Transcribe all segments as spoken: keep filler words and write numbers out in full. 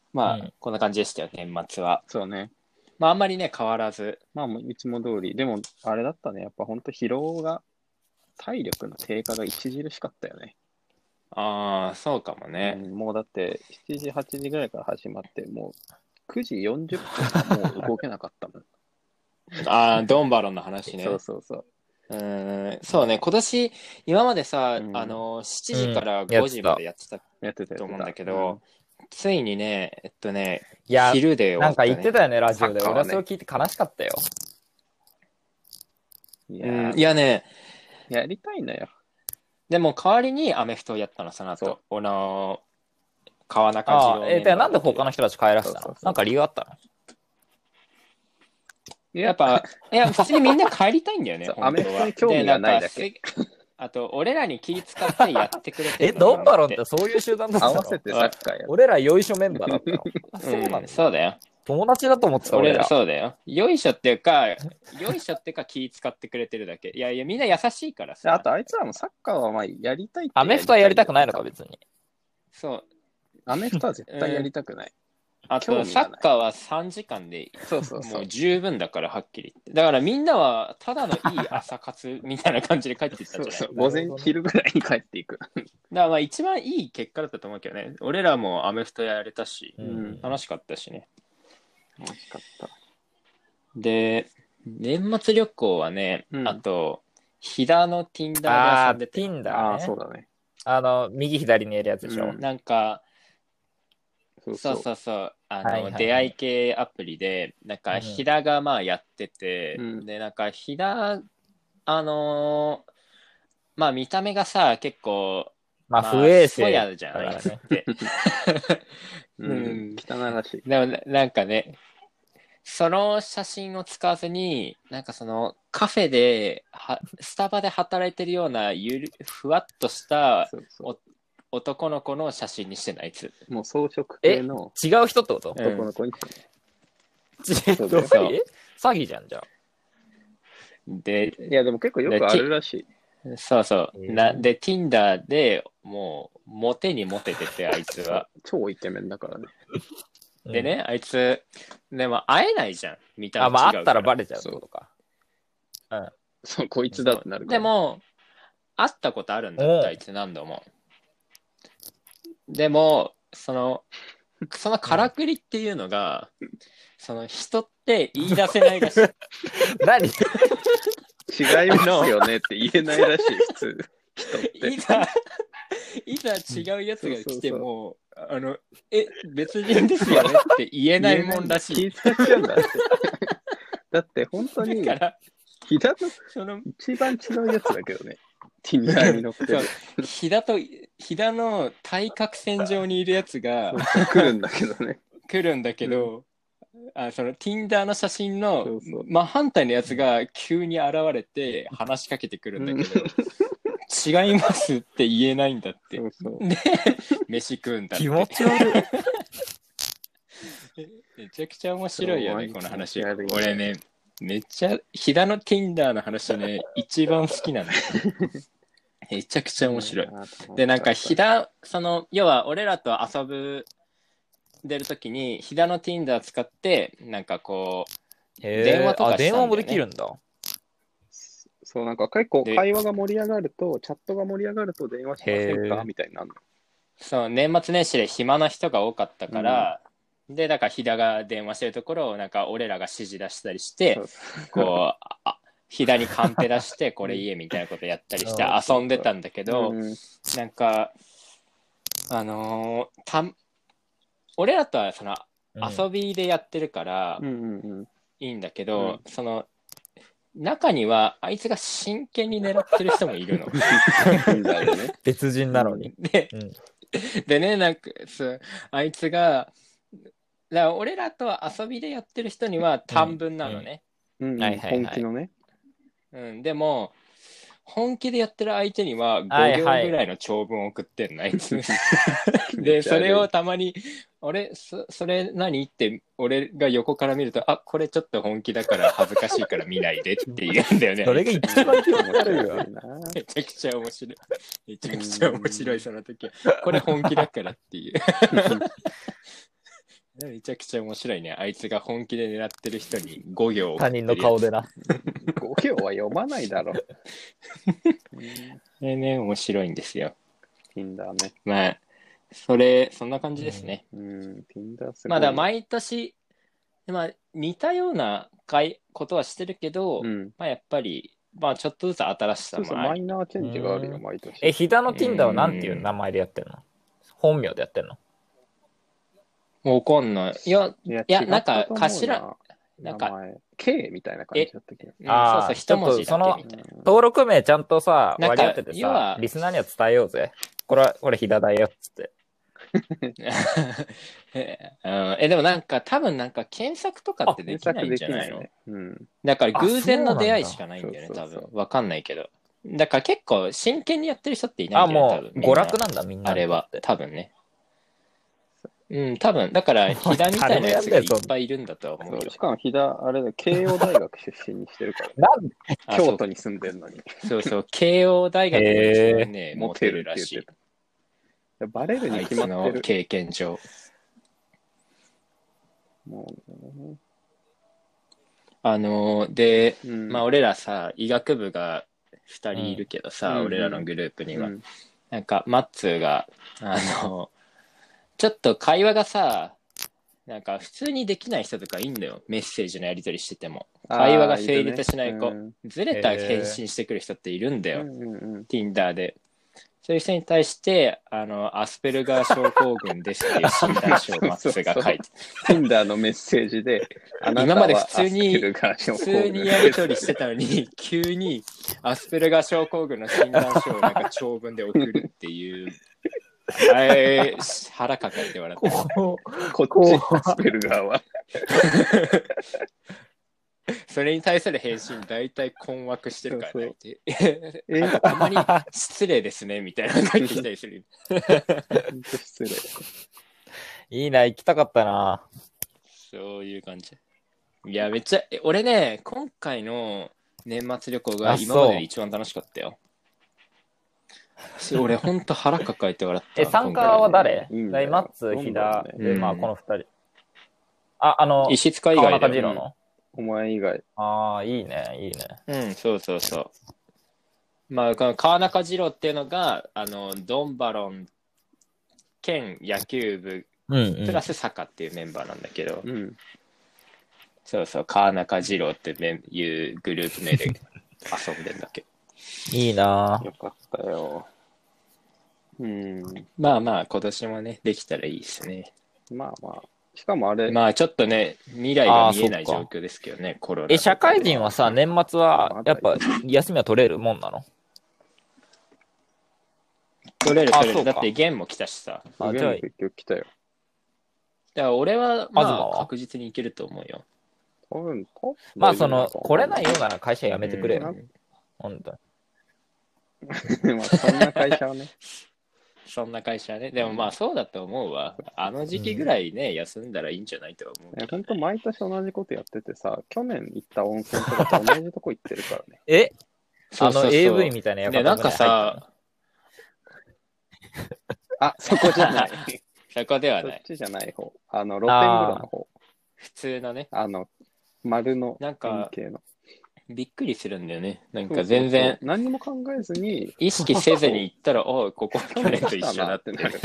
まあ、 うんこんな感じでしたよ、年末は。 そうね。 まあ、あんまりね、変わらず。 まあ、もういつも通り。でも、あれだったね。やっぱ本当疲労が、体力の低下が著しかったよね。 ああ、そうかもね。 うん、もうだって、しちじ、はちじぐらいから始まって、もうくじよんじゅっぷんはもう動けなかったもん。 ああ、ドンバロンの話ね。 そうそうそう。 うーん、そうね、今年、今までさ、 うんあの、しちじからごじまでやってたやってたやと思うんだけってた。 ど、ついにね、えっとね、 いや昼で終なんかわったね。 言ってたよね、ラジオで。 サッカーはね俺はそれを聞いて悲しかったよ。 うん、いうやん、いやね、 やりたいんだよ。 でも代わりにアメフトをやったの、そのそう後。この、川中二郎ああ、えー、でなんでメンバーだけ他の人たち帰らせたそうそうそうの？なんか理由あったの？ やっぱ、いや、普通にみんな帰りたいんだよね、 そう本当は。 アメフトに興味がないだけでなんかすあと、俺らに気使ってやってくれてえ、 るのドンバロンってそういう集団だったの？ 合わせてサッカーやる。 俺らよいしょメンバーだったの？あ、そうなんだ。 うん、そうだよ。 友達だと思ってた俺俺ら、 ら。 そうだよ。よいしょっていうか、よいしょっていうか気使ってくれてるだけ。いやいや、みんな優しいからさ。 であと、あいつらもサッカーはまあやりたいってアメフトはやりたくないのか、 別別に。 そう。 アメフトは絶対やりたくない。 あと、 興味がないサッカーはさんじかんでそうそうそうもう。十分だから、はっきり言って。だからみんなは、ただのいい朝活みたいな感じで帰っていったんじゃないそうそう。午前、昼ぐらいに帰っていく。 だからまあ一番いい結果だったと思うけどね。俺らもアメフトやれたし、 うん楽しかったしね。 楽しかった。 で、年末旅行はね、 うんあと、飛騨の Tinder であー、 遊んでて、 Tinder ああ、 ね。 そうだね。 あの、右左にやるやつでしょ。 うんなんか、 そうそそうう。 そうそう、あの、 はいはいはい出会い系アプリで、なんか、 うん飛騨がまあやってて、 うんで、なんか、飛騨、あのーまあ見た目がさ、結構、 まあ、 まあ不衛生そやじゃん、あいだからね。 つって。 ううんん。汚らしい。 でもな、なんかね、その写真を使わずに、なんかそのカフェでは、スタバで働いてるようなゆる、ふわっとしたそうそ男の子の写真にしてない、あいつ。 う。もう装飾系の違う人ってこと？ うん男の子に。 ちそうだよどういう詐欺じゃん、じゃあ。 で、 いや、でも結構よくあるらしい。 そうそう。 へーなで、Tinder でもう、モテにモテてて、あいつは。 超イケメンだからね。 でね、あいつ、でも会えないじゃん、見たあ、まあ、 目違うから。 あったらバレちゃうってことか。 そう、こいつだってなるから。 で、も、会ったことあるんだって、 おうあいつ何度も。でも、その、そのからくりっていうのが、その人って言い出せないらしい。 何？ 違いますよねって言えないらしい、普通。人って。 いざ、いざ違うやつが来ても、あの、え、別人ですよねって言えないもんらしい。 気使っちゃうんだって。だって本当に、 だから、 飛騨のその、 一番違うやつだけどね。ティンダーに乗ってる。 飛騨と、飛騨の対角線上にいるやつが来るんだけどね。 来るんだけど、あその Tinder の写真のそうそう真反対のやつが急に現れて話しかけてくるんだけど、違いますって言えないんだって。 そうそう。 で、飯食うんだって。 気持ち悪い。 めちゃくちゃ面白いよね、 そうこの話。 気持ち悪いね俺ね、めっちゃ、飛騨の Tinder の話ね、一番好きなんだよ。めちゃくちゃ面白い。で、なんか、飛騨、その、要は、俺らと遊ぶ、出るときに、飛騨の Tinder 使って、なんかこう、 へー電話とかしたんだよねあ、電話もできるんだ。 そう、なんか結構で会話が盛り上がると、チャットが盛り上がると電話しませんへーかみたいになるの。 そう、年末年始で暇な人が多かったから、で、だから、飛騨が電話してるところを、なんか、俺らが指示出したりしてそう、そうこう、あ飛騨にカンペ出して、これ言えみたいなことやったりしてうん遊んでたんだけど、 うんなんか、あのーた俺らとはそのうん遊びでやってるからうんうんいいんだけど、その中にはあいつが真剣に狙ってる人もいるの。 うん。いいんだよね。 別人なのに。 でうんでね、なんかそうあいつが、だから俺らと遊びでやってる人には短文なのね。 うんうんはいはいはい本気のね。 うん、でも本気でやってる相手にははいはいごびょうぐらいの長文を送ってんの、あいつ。で、それをたまに、俺、そそれ何って俺が横から見ると、あ、これちょっと本気だから恥ずかしいから見ないでって言うんだよね。 それが一番気持ち悪いわ。 な。 めちゃくちゃ面白い。めちゃくちゃ面白い、その時は。これ本気だからっていう。 めちゃくちゃ面白いね。あいつが本気で狙ってる人にご行を送他人ってるやつの顔でな。 ご行は読まないだろ。うんこれね、面白いんですよ。 Tinder ね。 まあそれそんな感じですね。 うん、Tinder すごい。 まだ毎年、まあ、似たようなかいことはしてるけど、 うん。 まあ、やっぱり、まあ、ちょっとずつ新しさそうそう、 もあり。 マイナーチェンジがあるよ、 うん毎年。 え、飛騨の Tinder はなんていう名前でやってんの？本名でやってんの？ わかんない。いや、 いや、 いや違ったと思うなんか頭ななんか名前 K みたいな感じだったけど。 うんあーそうそう、一文字だちょっとけみたいな。 登録名ちゃんとさ、 なんか割り当てて要はさ、リスナーには伝えようぜ。これは、これ飛騨だよ、つって。 えうんえ、でもなんか、多分なんか検索とかってで検きないん索できないいじゃなの？ ね。うん。 だから偶然の出会いあそうしかないんだよね、多なんだそうそうそう分。わかんないけど。だから結構真剣にやってる人っていないあ、 んだよね、 もう、 多分。みんな娯楽なんだ、みんなあれはにとって。 多分ね。うん、多分だから、飛騨みたいなやつがいっぱいいるんだとは思うよそう。しかも、飛騨、あれだ、慶応大学出身にしてるから、 なんであ京都に住んでるのに。 そうそう、慶応大学の一番ね、 モモテテるって言っるらしてい。 た。バレるにあいつ決まってる。 の経験上。 もうね、 あのーで、 うんまあ俺らさ、医学部がふたりいるけどさ、 うん俺らのグループには。 うんなんか、マッツーが、あの、ちょっと会話がさ、なんか普通にできない人とかいいんだよ。メッセージのやり取りしてても。会話が成立しない子。 あーいるねずれた返信してくる人っているんだよ。 うんうんうん Tinder で。そういう人に対して、あの、アスペルガー症候群ですっていう診断書をマッツーが書いて。 Tinder のメッセージで、あなたは今まで普通にアスペルガー症普候群通にやり取りしてたのに、急にアスペルガー症候群の診断書をなんか長文で送るっていう。あれ、腹抱えて笑った。 ここっち、アスペルガーは。 それに対する返信、大体困惑してるからね。 えあたまに失礼ですね、みたいなのが来てきたりする。 ほんと失礼。 いいな、行きたかったな。 そういう感じ。いや、めっちゃ、え俺ね、今回の年末旅行が今までで一番楽しかったよ。俺、ほんと腹抱えて笑った。 え、参加は誰？ いいんだよマッツ、飛田、で、 うんまあ、この二人。あ、あの、 石塚以川外だよ。 中次郎の。 お前以外。 ああ、いいね、いいね。 うん、そうそうそう。まあ、この川中次郎っていうのが、あの、ドンバロン兼野球部うん、うん。 プラスサッカーっていうメンバーなんだけど、 うん。 そうそう、川中次郎ってメンいうグループ名で遊んでんだけど。 いいな。 よかったよ。うん。 まあまあ、今年もね、できたらいいですね。 まあまあ。しかもあれ、 まあちょっとね、未来が見えないあーそっか状況ですけどね、コロナとかで。 え、社会人はさ、年末は、やっぱ、休みは取れるもんなの？ 取れる取れる。 あそうかだってゲンも来たしさ。 あ、じゃあ、 結局来たよ。 だから俺は、ま東はあ確実にいけると思うよ。 多分、多分まあ、その、来れないよ。 ようなら会社辞めてくれよ。 うんほんと。 まあ、そんな会社はね。 そんな会社ね。でもまあそうだと思うわ。あの時期ぐらいね、休んだらいいんじゃないとは思うけど、 本ね。 当毎年同じことやっててさ、去年行った温泉とかと同じとこ行ってるからね。 えそうそうそうあの エーブイ みたいなやね、なんかさ、 あ、そこじゃない。 そこではそっない。 ちじゃない方。あの、露天風呂の方。 普通のね、 あの、丸のなんか円形の。 びっくりするんだよね。なんかそうそうそう全然何にも考えずに、 意識せずに行ったら、おい、ここ去年と一緒だって去年来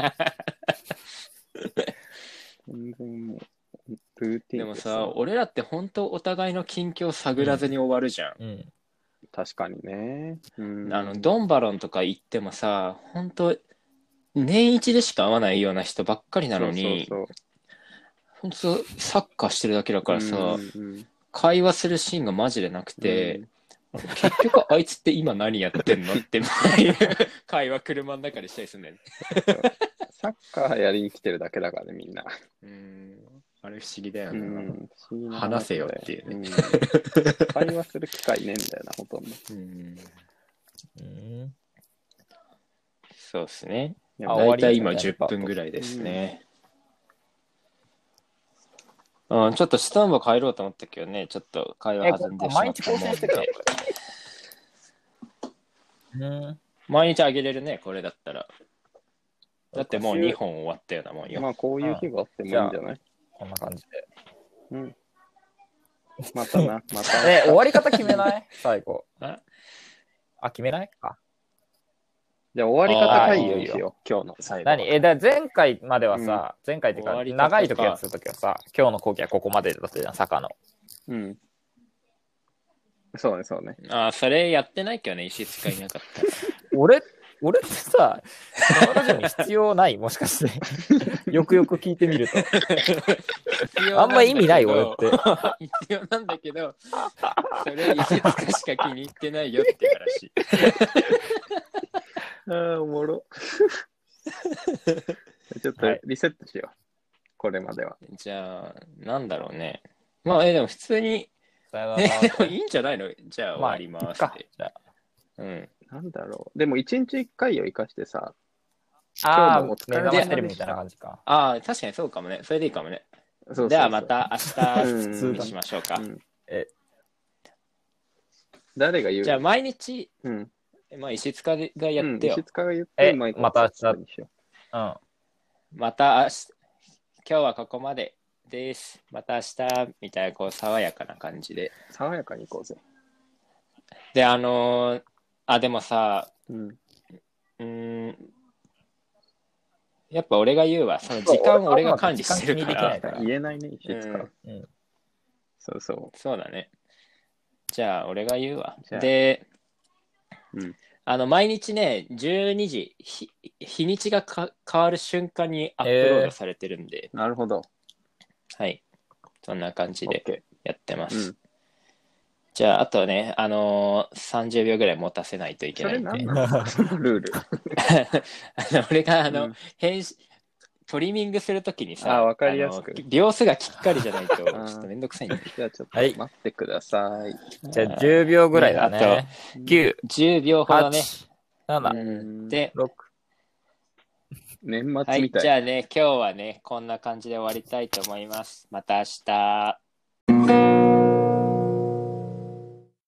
全然もう、ルーティンでもさ、俺らって本当お互いの近況探らずに終わるじゃん。 うん。 確かにね。うん、 あの、ドンバロンとか行ってもさ、本当年一でしか会わないような人ばっかりなのに、 そうそう本当サッカーしてるだけだからさ、 うんうん会話するシーンがマジでなくて、 うん結局あいつって今何やってんのって会話車の中でしたりするんだよね。 サッカーやりに来てるだけだからね、みんな。 うん、あれ不思議だような。 ん、不思議な話せよっていうね。 うん会話する機会ねえんだよな、ほとんど。 うん、 うん。 そうですね。 いやあだいたい今終わりじゅっぷんぐらいですね。うん、ちょっとスタンバ帰ろうと思ったけどね、ちょっと会話弾んでしま毎日ったもんで更新してくるの？うん。 毎日あげれるね、これだったら。だってもうにほん終わったようなもんよ。 まあ、こういう日があってもいいんじゃない？ こんな感じで。 うん。またな、また。 え、終わり方決めない最後。 ああ、決めないか。 じゃあ終わり方会議あーいいよいいにしよう、今日の最後。 何え、だから前回まではさ、前回っていうか、 終わり方長い時やってた時はさ、今日の後期はここまでだったじゃん、坂の。 うん。そうね、そうね。 あ、それやってないけどね、石使いなかったら。 俺、俺ってさ、このラジオに必要ないもしかして。よくよく聞いてみると。あんま意味ない俺って。 必要なんだけど、それ石塚しか気に入ってないよって話。 ああ、おもろ。ちょっとリセットしよう。はい、これまでは。 じゃあ、なんだろうね。まあ、え、でも普通に、え、でもいいんじゃないのじゃあ終わりますって。 まあ、 うん。 なんだろう。でも一日一回を生かしてさ、 ああ、目覚ましテレビみたいな感じか。 ああ、確かにそうかもね。それでいいかもね。 そうそうそう、 ではまた明日にしましょうか。 うん、え誰が言う？ じゃあ毎日、 うん、 まあ石塚がやってよ。 うん、石塚が言って、 え、また明日にしよう。うん。また明日、今日はここまでです。また明日みたいなこう爽やかな感じで。 爽やかに行こうぜ。 で、あのー、あ、でもさ、 うん、 うーん、やっぱ俺が言うわ。その時間を俺が管理してるから。 から言えないね、石塚、うん。そうそう。 そうだね。じゃあ、俺が言うわ。で、うん、あの、毎日ね、じゅうにじ、日、日にちがか変わる瞬間にアップロードされてるんで。 えー、なるほど。 はい。そんな感じでやってます。 うん、 じゃあ、あとね、あのー、さんじゅうびょうぐらい持たせないといけないんで。 それ何なのそのルール。 あの俺が、あの、うん、編集、トリミングするときにさ、 あ、わかりやすく。 秒数がきっかりじゃないと、ちょっとめんどくさいんで。 じゃあちょっと待ってください。 じゃあじゅうびょうぐらいだね。ねあときゅう、 じゅうびょうほどね。 なな、 で、 ろく。 年末みたい。 はい、じゃあね、今日はね、こんな感じで終わりたいと思います。また明日。